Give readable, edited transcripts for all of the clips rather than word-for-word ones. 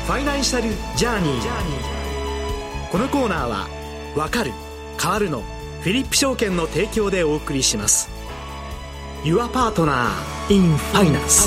ファイナンシャルジャーニー。このコーナーはわかる変わるのフィリップ証券の提供でお送りします。 Your Partner in Finance。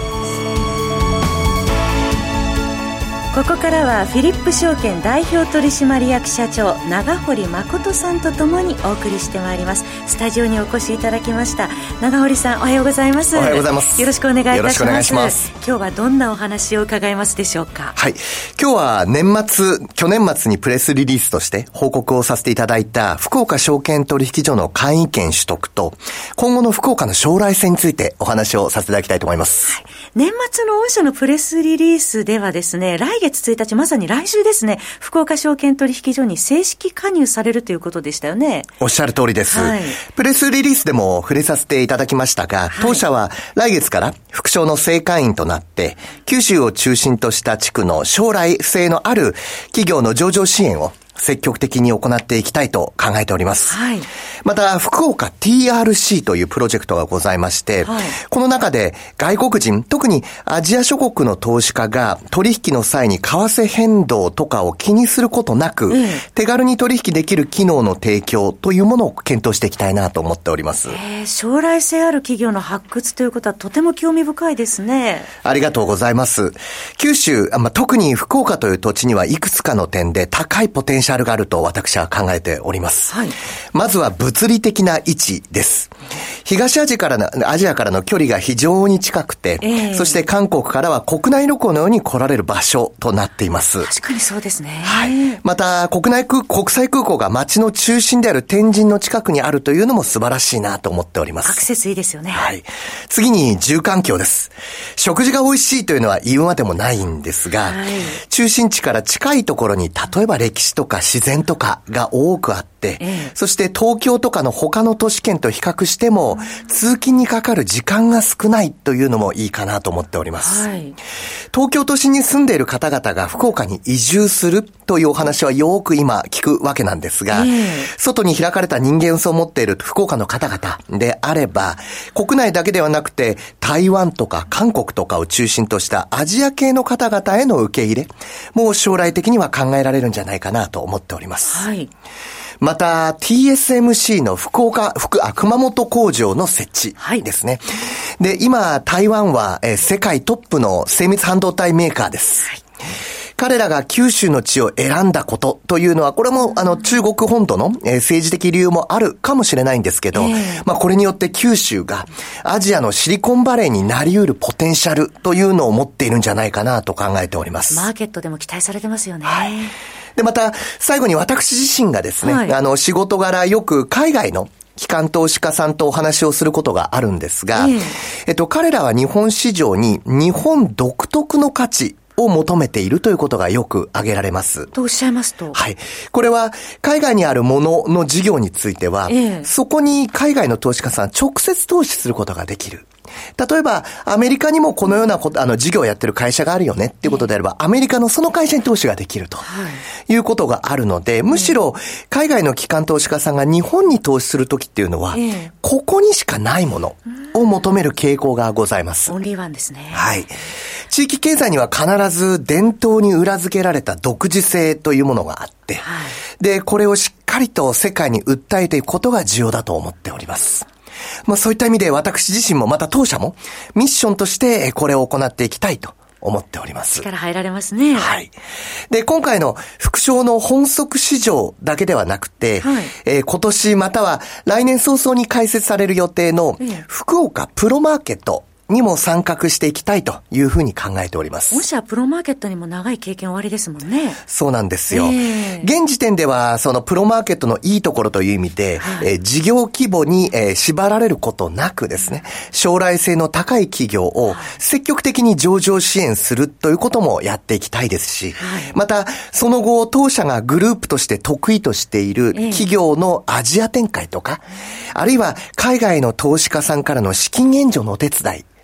ここからはフィリップ証券代表取締役社長永堀誠さんとともにお送りしてまいります。スタジオにお越しいただきました永堀さん、おはようございます。 おはようございます。 よろしくお願いいたします。 よろしくお願いします。 今日はどんなお話を伺いますでしょうか。 はい、今日は去年末にプレスリリースとして報告をさせていただいた福岡証券取引所の会員権取得と今後の福岡の将来性についてお話をさせていただきたいと思います。 はい、年末の御社のプレスリリースではですね、来月1日まさに来週ですね、福岡証券取引所に正式加入されるということでしたよね。 おっしゃる通りです。 はい、 プレスリリースでも触れさせていただきましたが、当社は来月から副賞の正会員となって九州を中心とした地区の将来性のある企業の上場支援を積極的に行っていきたいと考えております。 はい、 また、福岡 TRC というプロジェクトがございまして、はい、この中で外国人、特にアジア諸国の投資家が取引の際に為替変動とかを気にすることなく、手軽に取引できる機能の提供というものを検討していきたいなと思っております。 将来性ある企業の発掘ということはとても興味深いですね。 ありがとうございます。九州、特に福岡という土地にはいくつかの点で高いポテンシャルがあると私は考えております。はい、まずは物理的な位置です。東アジアからの距離が非常に近くて、そして韓国からは国内旅行のように来られる場所となっています。 確かにそうですね。 はい。また国際空港が街の中心である天神の近くにあるというのも素晴らしいなと思っております。 アクセスいいですよね。 はい。次に住環境です。食事が美味しいというのは言うまでもないんですが、はい、中心地から近いところに例えば歴史とか自然とかが多くあって、そして東京とかの他の都市圏と比較しても、通勤にかかる時間が少ないというのもいいかなと思っております。はい、東京都心に住んでいる方々が福岡に移住するというお話はよく今聞くわけなんですが、外に開かれた人間性を持っている福岡の方々であれば、国内だけではなくて台湾とか韓国とかを中心としたアジア系の方々への受け入れ、もう将来的には考えられるんじゃないかなと思っております。はい、また TSMC の熊本工場の設置ですね。はい、で、今台湾は世界トップの精密半導体メーカーです。はい、彼らが九州の地を選んだことというのは、これも中国本土の政治的理由もあるかもしれないんですけど、これによって九州がアジアのシリコンバレーになり得るポテンシャルというのを持っているんじゃないかなと考えております。 マーケットでも期待されてますよね。 はい、で、また最後に私自身がですね、はい、仕事柄よく海外の機関投資家さんとお話をすることがあるんですが、彼らは日本市場に日本独特の価値を求めているということがよく挙げられます。 とおっしゃいますと、 はい。これは海外にあるものの事業については、そこに海外の投資家さん直接投資することができる。例えば、アメリカにもこのような事業をやってる会社があるよねっていうことであれば、アメリカのその会社に投資ができるということがあるので、むしろ海外の機関投資家さんが日本に投資するときっていうのは、ここにしかないものを求める傾向がございます。 オンリーワンですね。 はい。地域経済には必ず伝統に裏付けられた独自性というものがあって、で、これをしっかりと世界に訴えていくことが重要だと思っております。そういった意味で私自身もまた当社もミッションとしてこれを行っていきたいと思っております。 力入られますね。 はい。で、今回の副賞の本則市場だけではなくて、今年または来年早々に開設される予定の福岡プロマーケットにも参画していきたいというふうに考えております。 もしはプロマーケットにも長い経験おありですもんね。 そうなんですよ。現時点ではそのプロマーケットのいいところという意味で、事業規模に、縛られることなくですね、将来性の高い企業を積極的に上場支援するということもやっていきたいですし、またその後当社がグループとして得意としている企業のアジア展開とか、あるいは海外の投資家さんからの資金援助のお手伝い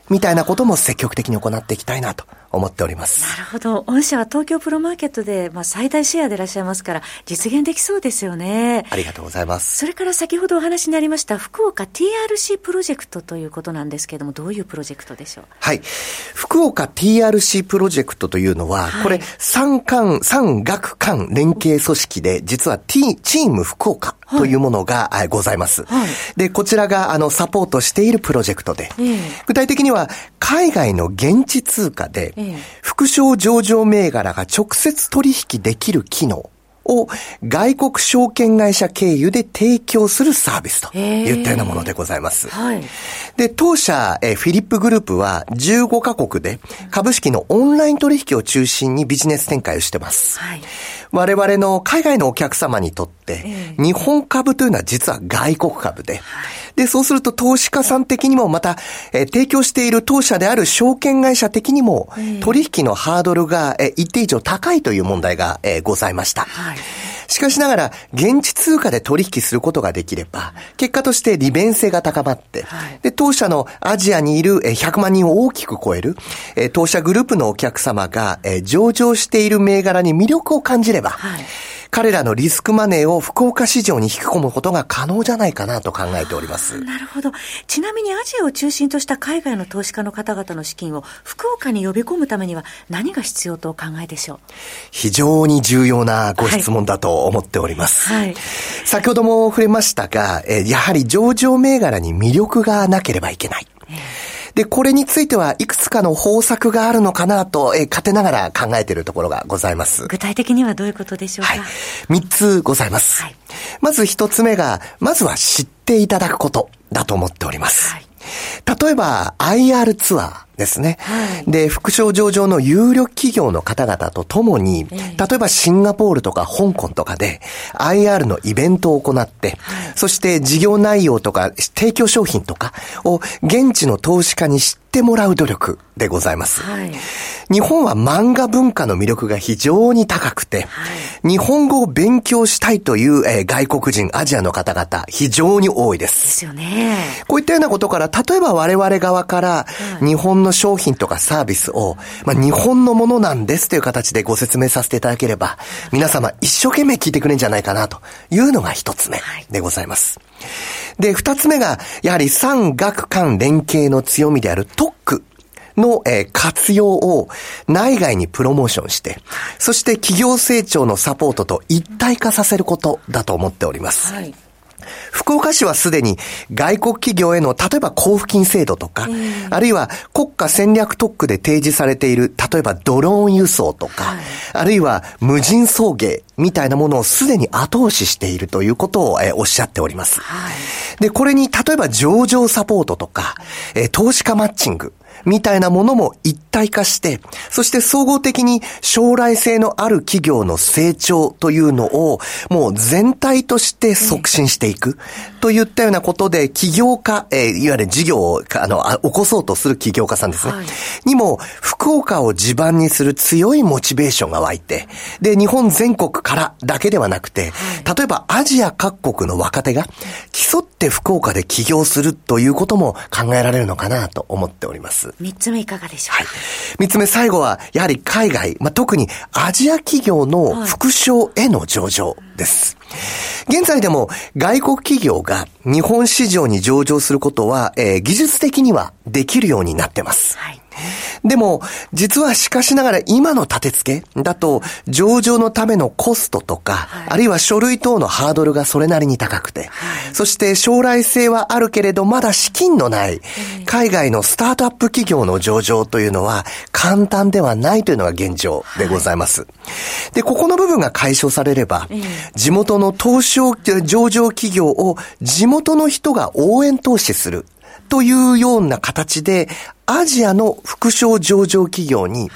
みたいなことも積極的に行っていきたいなと思っております。 なるほど。御社は東京プロマーケットで、最大シェアでいらっしゃいますから実現できそうですよね。 ありがとうございます。 それから先ほどお話になりました福岡 TRC プロジェクトということなんですけれども、どういうプロジェクトでしょう？ はい。福岡 TRC プロジェクトというのは、これ産学官連携組織で、実はチーム福岡というものがございます。で、こちらがサポートしているプロジェクトで、具体的には海外の現地通貨で副賞上場銘柄が直接取引できる機能を外国証券会社経由で提供するサービスといったようなものでございます。で、当社フィリップグループは15カ国で株式のオンライン取引を中心にビジネス展開をしています。我々の海外のお客様にとって日本株というのは実は外国株で、そうすると投資家さん的にもまた提供している当社である証券会社的にも取引のハードルが一定以上高いという問題がございました。しかしながら現地通貨で取引することができれば結果として利便性が高まって、で当社のアジアにいる100万人を大きく超える当社グループのお客様が上場している銘柄に魅力を感じれば、彼らのリスクマネーを福岡市場に引き込むことが可能じゃないかなと考えております。 なるほど。ちなみにアジアを中心とした海外の投資家の方々の資金を福岡に呼び込むためには何が必要とお考えでしょう？ 非常に重要なご質問だと思っております。先ほども触れましたが、やはり上場銘柄に魅力がなければいけない。で、これについてはいくつかの方策があるのかなと、勝手ながら考えているところがございます。 具体的にはどういうことでしょうか？ 3つございます。まず1つ目が、まずは知っていただくことだと思っております。例えば IR ツアーですね。で、副賞上場の有力企業の方々とともに、例えばシンガポールとか香港とかで IR のイベントを行って、そして事業内容とか提供商品とかを現地の投資家に知ってもらう努力でございます。日本は漫画文化の魅力が非常に高くて、日本語を勉強したいという、外国人、アジアの方々非常に多いです。 ですよね。 こういったようなことから、例えば我々側から日本の商品とかサービスを、日本のものなんですという形でご説明させていただければ、皆様一生懸命聞いてくれるんじゃないかなというのが一つ目でございます。で、二つ目が、やはり産学官連携の強みである特区の活用を内外にプロモーションして、そして企業成長のサポートと一体化させることだと思っております。福岡市はすでに外国企業への例えば交付金制度とか、あるいは国家戦略特区で提示されている例えばドローン輸送とか、あるいは無人送迎みたいなものをすでに後押ししているということをおっしゃっております。で、これに例えば上場サポートとか、投資家マッチングみたいなものも一体化して、そして総合的に将来性のある企業の成長というのをもう全体として促進していくといったようなことで、起業家、いわゆる事業を起こそうとする起業家さんですね、にも福岡を地盤にする強いモチベーションが湧いて、で、日本全国からだけではなくて、例えばアジア各国の若手が競って福岡で起業するということも考えられるのかなと思っております。 3つ目いかがでしょうか？ 3つ目、最後はやはり海外、特にアジア企業の副賞への上場です。現在でも外国企業が日本市場に上場することは、技術的にはできるようになってます。でも、実はしかしながら今の立て付けだと上場のためのコストとか、あるいは書類等のハードルがそれなりに高くて、そして将来性はあるけれどまだ資金のない海外のスタートアップ企業の上場というのは簡単ではないというのが現状でございます。で、ここの部分が解消されれば、地元の上場企業を地元の人が応援投資するというような形で、アジアの副賞上場企業に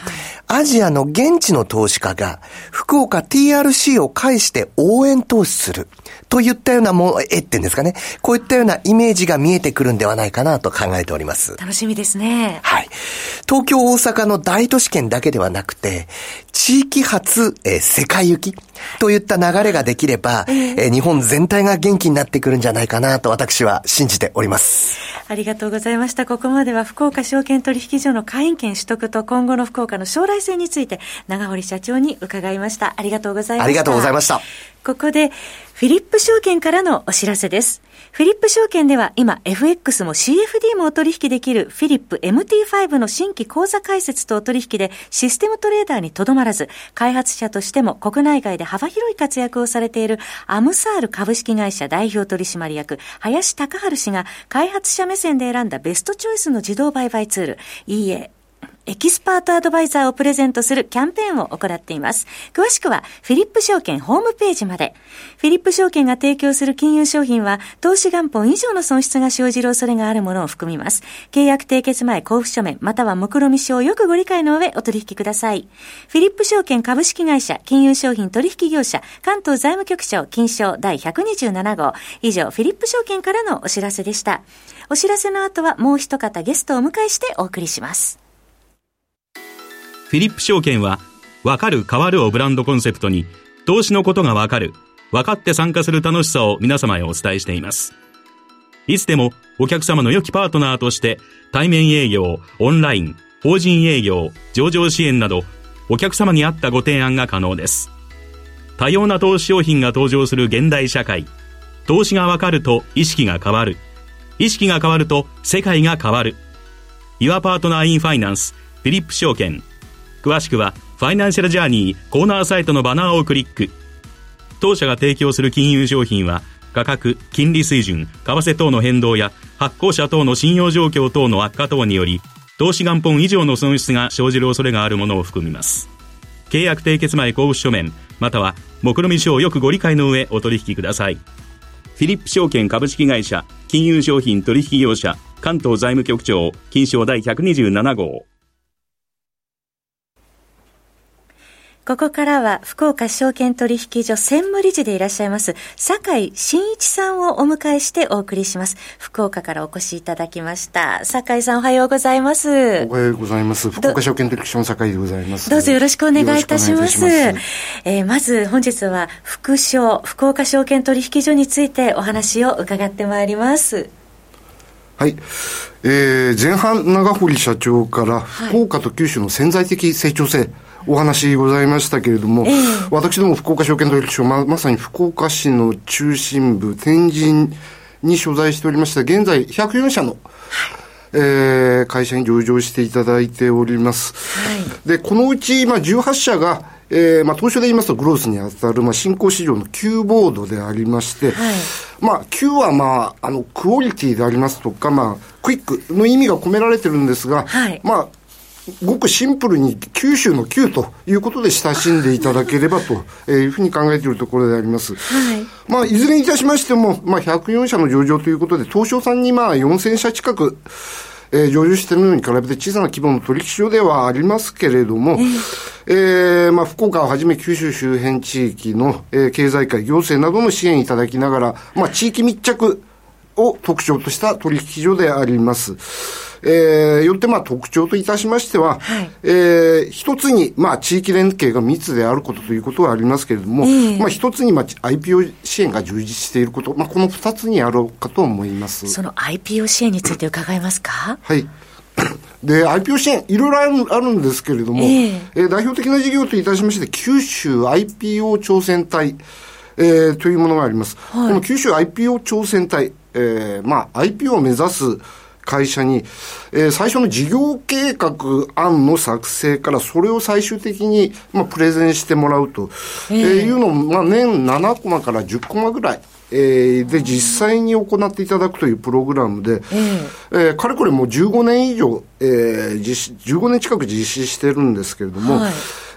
アジアの現地の投資家が福岡 TRC を介して応援投資するといったようなっていうんですかね。こういったようなイメージが見えてくるんではないかなと考えております。 楽しみですね。 はい。東京、大阪の大都市圏だけではなくて、地域発、世界行きといった流れができれば、日本全体が元気になってくるんじゃないかなと私は信じております。 ありがとうございました。ここまでは福岡証券取引所の会員権取得と今後の福岡の将来性について長堀社長に伺いました。ありがとうございました。 ありがとうございました。 ここでフィリップ証券からのお知らせです。フィリップ証券では今 FX も CFD もお取引できるフィリップ MT5 の新規口座開設とお取引でシステムトレーダーにとどまらず、開発者としても国内外で幅広い活躍をされているアムサール株式会社代表取締役林貴治氏が開発者目線で選んだベストチョイスの自動売買ツール EAエキスパートアドバイザーをプレゼントするキャンペーンを行っています。詳しくはフィリップ証券ホームページまで。フィリップ証券が提供する金融商品は投資元本以上の損失が生じる恐れがあるものを含みます。契約締結前交付書面または目論見書をよくご理解の上お取引ください。フィリップ証券株式会社金融商品取引業者関東財務局長金賞第127号。以上フィリップ証券からのお知らせでした。お知らせの後はもう一方ゲストをお迎えしてお送りします。 フィリップ証券はわかる変わるをブランドコンセプトに投資のことがわかる、わかって参加する楽しさを皆様へお伝えしています。いつでもお客様の良きパートナーとして対面営業、オンライン、法人営業、上場支援などお客様に合ったご提案が可能です。多様な投資商品が登場する現代社会、投資がわかると意識が変わる、意識が変わると世界が変わる。Your Partner in Finance フィリップ証券。詳しくはファイナンシャルジャーニーコーナーサイトのバナーをクリック。当社が提供する金融商品は価格、金利水準、為替等の変動や発行者等の信用状況等の悪化等により投資元本以上の損失が生じる恐れがあるものを含みます。契約締結前交付書面または目論見書をよくご理解の上お取引ください。フィリップ証券株式会社金融商品取引業者関東財務局長金賞第127号。 ここからは福岡証券取引所専務理事でいらっしゃいます酒井真一さんをお迎えしてお送りします。福岡からお越しいただきました。酒井さんおはようございます。 おはようございます。福岡証券取引所の酒井でございます。 どうぞよろしくお願いいたします。まず本日は福岡証券取引所についてお話を伺ってまいります。 はい、前半長堀社長から福岡と九州の潜在的成長性、お話ございましたけれども、私ども福岡証券取引所、まさに福岡市の中心部天神に所在しておりました現在104社の、会社に上場していただいております、でこのうち18社が東証で言いますとグロースに当たる、新興市場の Q ボードでありまして、Q はクオリティでありますとか、クイックの意味が込められてるんですが、ごくシンプルに九州の Q ということで親しんでいただければというふうに考えているところであります。いずれにいたしましても、104社の上場ということで、東証さんに4000社近く、上場しているのに比べて小さな規模の取引所ではありますけれども、福岡をはじめ九州周辺地域の、経済界、行政などの支援いただきながら、地域密着を特徴とした取引所であります。よって特徴といたしましては、一つに地域連携が密であることということはありますけれども、一つにIPO 支援が充実していること、この二つにあろうかと思います。 その IPO 支援について伺えますか？ はい。で、IPO 支援、いろいろあるんですけれども、代表的な事業といたしまして、九州 IPO 挑戦隊、というものがあります。この九州 IPO 挑戦隊、IPO を目指す会社に、最初の事業計画案の作成からそれを最終的に、プレゼンしてもらうと、いうのを、年7コマから10コマぐらい、で実際に行っていただくというプログラムで、かれこれもう15年以上、15年近く実施してるんですけれども、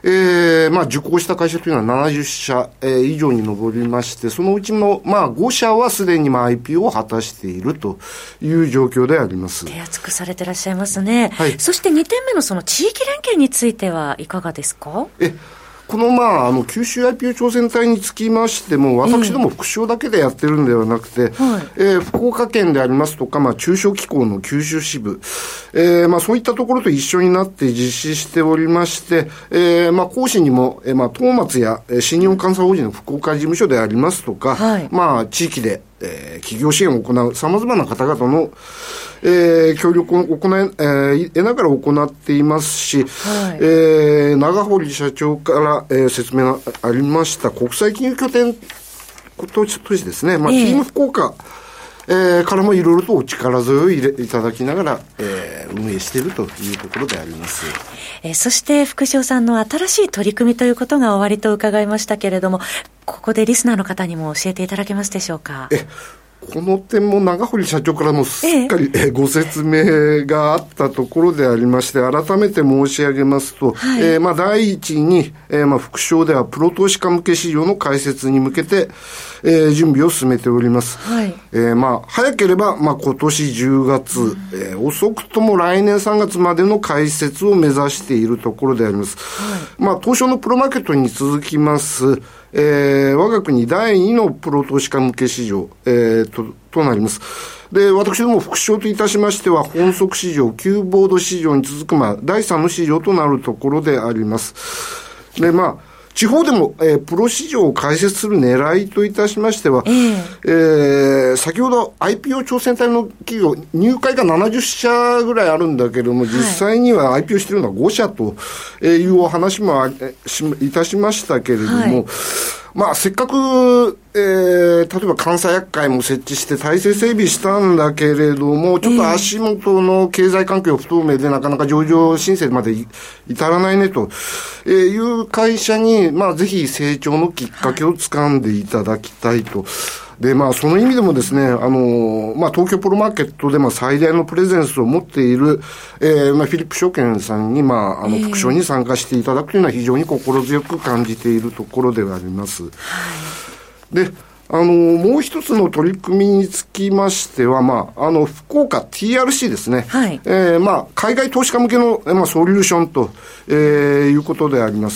受講した会社というのは70社、以上に上りまして、そのうちの、5社はすでにIPO を果たしているという状況であります。 手厚くされてらっしゃいますね。 はい、 そして2点目のその地域連携についてはいかがですか？ この九州 IPO 挑戦隊につきましても、私ども副賞だけでやってるんではなくて、福岡県でありますとか、中小機構の九州支部、そういったところと一緒になって実施しておりまして、講師にも、東松や信用監査法人の福岡事務所でありますとか、地域で、企業支援を行う様々な方々の、協力を得ながら行っていますし、長堀社長から、説明がありました国際金融拠点としてですね、チーム福岡、からもいろいろとお力添えをいただきながら、運営しているというところであります。 そして福塩さんの新しい取り組みということがおありと伺いましたけれども、ここでリスナーの方にも教えていただけますでしょうか？ この点も長堀社長からもすっかりご説明があったところでありまして、改めて申し上げますと、第一に、副賞ではプロ投資家向け市場の開設に向けて、準備を進めております。早ければ、今年10月、遅くとも来年3月までの開設を目指しているところであります。東証のプロマーケットに続きます、我が国第2のプロ投資家向け市場、となります。で、私ども副賞といたしましては、本則市場、旧ボード市場に続く、第3の市場となるところであります。で、地方でも、プロ市場を開設する狙いといたしましては、先ほど IPO 挑戦隊の企業、入会が70社ぐらいあるんだけども、実際には IPO しているのは5社というお話もいたしましたけれども、せっかく、例えば監査厄介も設置して体制整備したんだけれども、ちょっと足元の経済環境不透明でなかなか上場申請まで至らないねという会社に、ぜひ成長のきっかけをつかんでいただきたいと。で、その意味でもですね、東京プロマーケットで最大のプレゼンスを持っている、フィリップ証券さんに、副賞に参加していただくというのは非常に心強く感じているところではあります。で、もう一つの取り組みにつきましては、福岡 TRC ですね。海外投資家向けの、ソリューションと、いうことであります。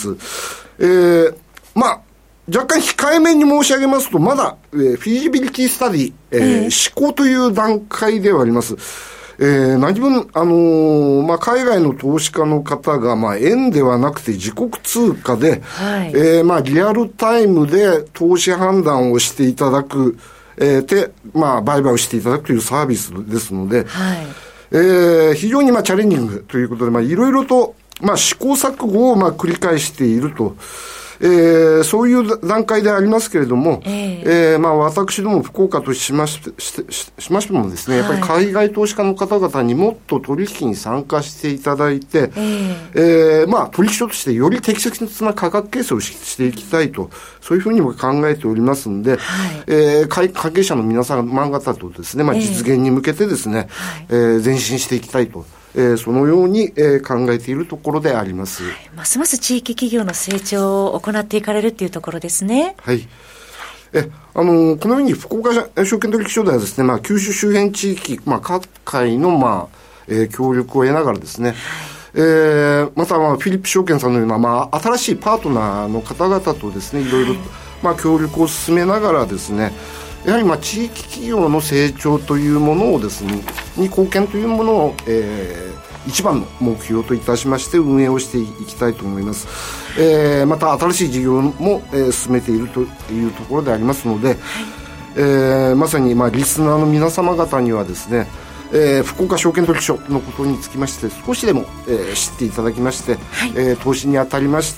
若干控えめに申し上げますと、まだ、フィジビリティスタディ、試行という段階ではあります。何分、海外の投資家の方が、円ではなくて自国通貨で、リアルタイムで投資判断をしていただく、売買をしていただくというサービスですので、非常にチャレンジングということで、いろいろと、試行錯誤を繰り返していると。そういう段階でありますけれども、私ども福岡としましてもですね、やっぱり海外投資家の方々にもっと取引に参加していただいて、取引所としてより適切な価格形成をしていきたいと、そういうふうにも考えておりますので、関係者の皆様方とですね、実現に向けてですね、前進していきたいと。そのように、考えているところであります。 ますます地域企業の成長を行っていかれるっていうところですね。 このように福岡証券取引所ではですね、九州周辺地域、各界の、協力を得ながらですね、またフィリップ証券さんのような、新しいパートナーの方々とですね、いろいろ、協力を進めながらですね、やはり地域企業の成長というものをですね、に貢献というものを、一番の目標といたしまして運営をしていきたいと思います。また新しい事業も、進めているというところでありますので、まさにリスナーの皆様方にはですね、福岡証券取引所のことにつきまして少しでも、知っていただきまして、投資にあたりまして、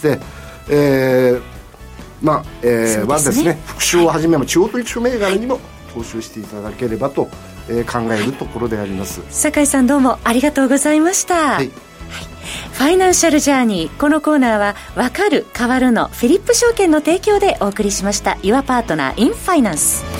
はですね、副賞をはじめ地方取引所銘柄にも投資をしていただければと、考えるところであります。 酒井さん、どうもありがとうございました。ファイナンシャルジャーニー、このコーナーはわかる変わるのフィリップ証券の提供でお送りしました。Your Partner in Finance。